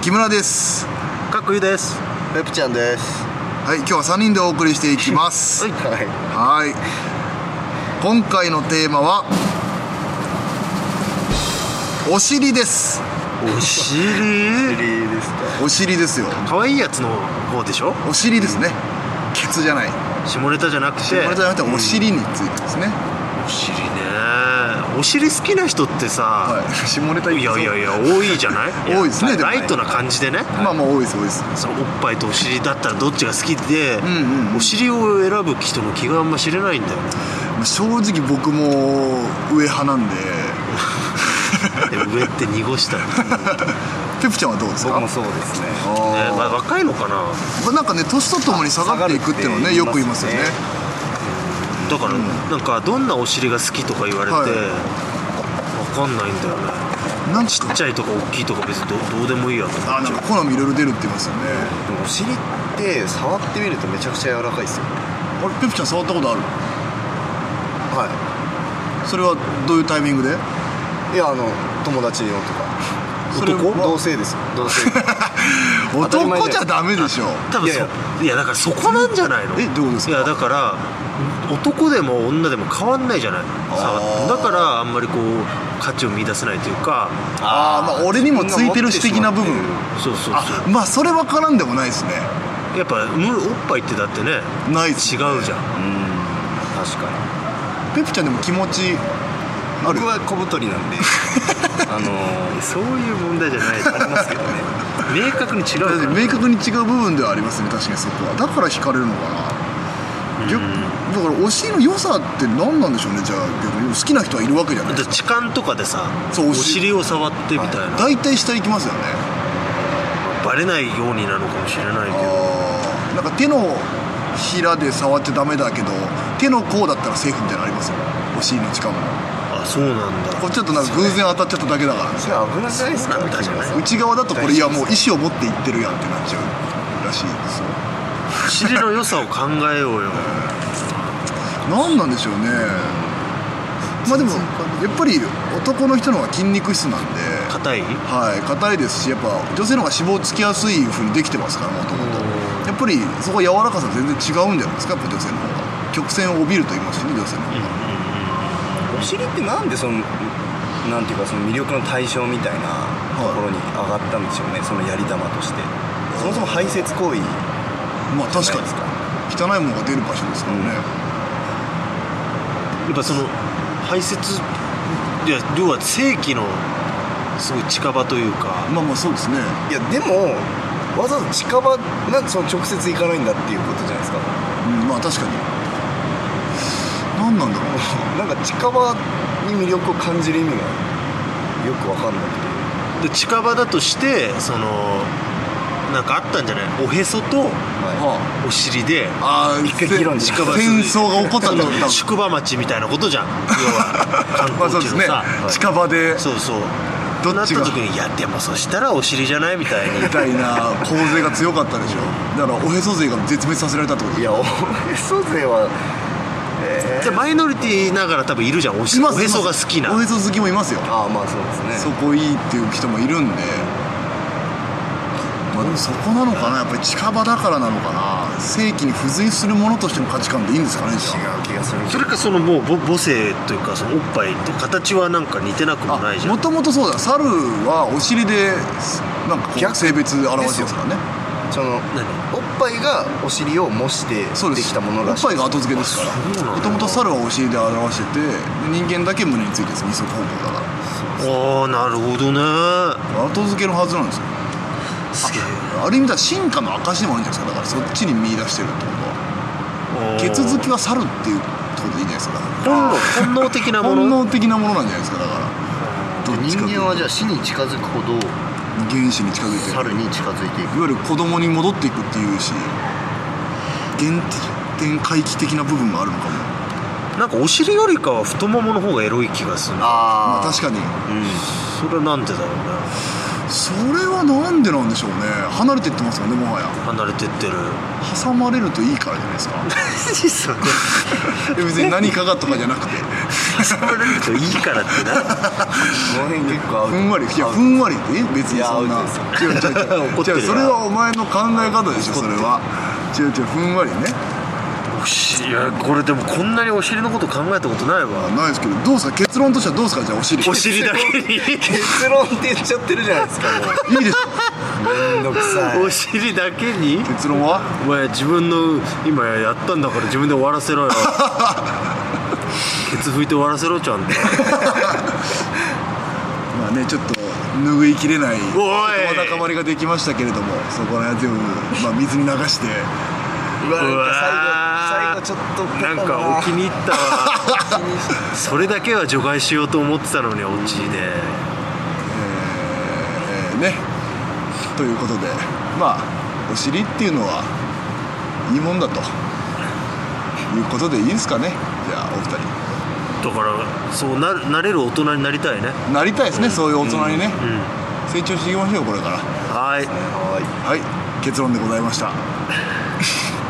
木村です。 かっこいいです。 ペプちゃんです。 はい、今日は3人でお送りしていきますはい、今回のテーマはお尻です。 お尻ですか。 お尻ですよ。 可愛いやつの方でしょ。 お尻ですね。ケツじゃない、 下ネタじゃなくて、 下ネタじゃなくてお尻についてですね、 お尻ね。お尻好きな人ってさ、 はい、下ネタいや多いじゃない多いですね。でもライトな感じでね、 まあ多いですそのおっぱいとお尻だったらどっちが好きで、お尻を選ぶ人の気があんま知れないんだよね。 正直僕も上派なんで上って濁したペプちゃんはどうですか？ 僕もそうですね。 まあ、若いのかな。 なんかね、年とともに下がっていくっていうのはね、よく言いますよね。 だから、なんかどんなお尻が好きとか言われて、分かんないんだよね。ちっちゃいとか大きいとか別に どうでもいいやと思っちゃう。 なんか好みいろいろ出るって言いますよね。 でもお尻って触ってみるとめちゃくちゃ柔らかいですよ。 あれ、ペプちゃん触ったことある？ はそれはどういうタイミングで？ い。いや、友達用とか。同性ですよ。同性男じゃダメでしょ。 多分いやだからそこなんじゃないの？ どういうことですか？ いやだから男でも女でも変わんないじゃない。だからあんまりこう価値を見出せないというか、 まあ俺にもついてる私的な部分。 そうまあそれ分からんでもないですね。 やっぱおっぱいってだってね、 ないっすね。 違うじゃん。 確かに。 ペプちゃんでも気持ちある？ 僕は小太りなんでそういう問題じゃないと思いますけどね。明確に違うから。 明確に違う部分ではありますね。確かにそこはだから惹かれるのかな。だからお尻の良さって何なんでしょうね。じゃあ逆に好きな人はいるわけじゃないですか。 痴漢とかでさ、お尻を触ってみたいな、 大体下行きますよね。 バレないようになのかもしれないけど、 なんか手のひらで触っちゃダメだけど手の甲だったらセーフみたいなのありますよ、お尻の近くも。 そうなんだ。 これちょっとなんか偶然当たっちゃっただけだからね。 それ危なくないですか？ 内側だとこれ、いやもう意思を持っていってるやんってなっちゃうらしいですよ。 お尻の良さを考えようよ。 何なんでしょうね。まあでもやっぱり男の人の方が筋肉質なんで硬い？ はい、硬いですし、やっぱ女性の方が脂肪つきやすい風にできてますから、もともとやっぱりそこ柔らかさ全然違うんじゃないですか。やっぱ女性の方が曲線を帯びると言いますしね、女性の方が。 お尻ってなんでなんていうかその魅力の対象みたいなところに上がったんでしょうね、そのやり玉として。そもそも排泄行為。 まあ確かに汚いものが出る場所ですからね。 やっぱその排泄、いや要は正規のすごい近場というか。 まあそうですね。 いやでもわざわざ近場なんでその直接行かないんだっていうことじゃないですか。 まあ確かに。何なんだろうなんか近場に魅力を感じる意味がよく分かんなくて。 で近場だとしてなんかあったんじゃない？おへそとお尻で一回議論戦争が起こったんだろう。 宿場町みたいなことじゃん。要は観光地のさ、 近場でそうどっちがなった時に、いやでもそしたらお尻じゃないみたいな構図が強かったでしょ。だからおへそ勢が絶滅させられたってこと。 いやおへそ勢はじゃマイノリティながら多分いるじゃん。おへそが好きなおへそ好きもいますよ。 まあそうですね。 そこいいっていう人もいるんで、まあでもそこなのかな。やっぱり近場だからなのかな。正規に付随するものとしての価値観でいいんですかね。 違う気がする。 それかもう母性というかそのおっぱいと形はなんか似てなくもないじゃん。 もともとそうだ。猿はお尻でなんかこう性別表してますからね。 おっぱいがお尻を模してできたものらしい。 おっぱいが後付けですから。もともと猿はお尻で表してて、人間だけ胸についてるんです。二足歩行だから。 なるほどね。 後付けのはずなんですよ。 すげえ。 ある意味では進化の証でもあるんじゃないですか。だからそっちに見出してるってことは、ケツ好きは猿っていうことでいいんじゃないですか。 本能的なもの本能的なものなんじゃないですか。だから人間はじゃあ死に近づくほど原始に近づいて猿に近づいていく。 いわゆる子供に戻っていくっていうし、原点回帰的な部分があるのかも。 なんかお尻よりかは太ももの方がエロい気がする。 まあ確かに。 それはなんでだろうね。 それはなんでなんでしょうね。離れてってますよね、もはや。 離れてってる。 挟まれるといいからじゃないですか。別に何かがとかじゃなくて挟まれるといいからってな。 この辺結構アウト。 ふんわり、いやふんわりって別にそんな、 いやアウトですよ違う怒ってるよそれはお前の考え方でしょ。それは違うふんわりね。 いやこれでもこんなにお尻のこと考えたことないわ。 ないですけど、どうですか、結論としてはどうですか。じゃあお尻お尻だけに結論って言っちゃってるじゃないですか。もういいでしょ。 めんどくさい。 お尻だけに。 結論はお前自分の今やったんだから自分で終わらせろよ。ケツ拭いて終わらせろちゃんと。 まあね、ちょっと拭いきれないおいわだかまりができましたけれども、そこら辺全部、まあ、水に流してうわ、なんうわか最後ちょっとなんかお気に入ったわ。それだけは除外しようと思ってたのにオチで、 ね、ということで、まあお尻っていうのはいいもんだということでいいですかね。じゃあお二人だからそうなれる大人になりたいね。 なりたいですね、そういう大人にね、 うん、 成長していきましょうこれから。 はいはい、結論でございました。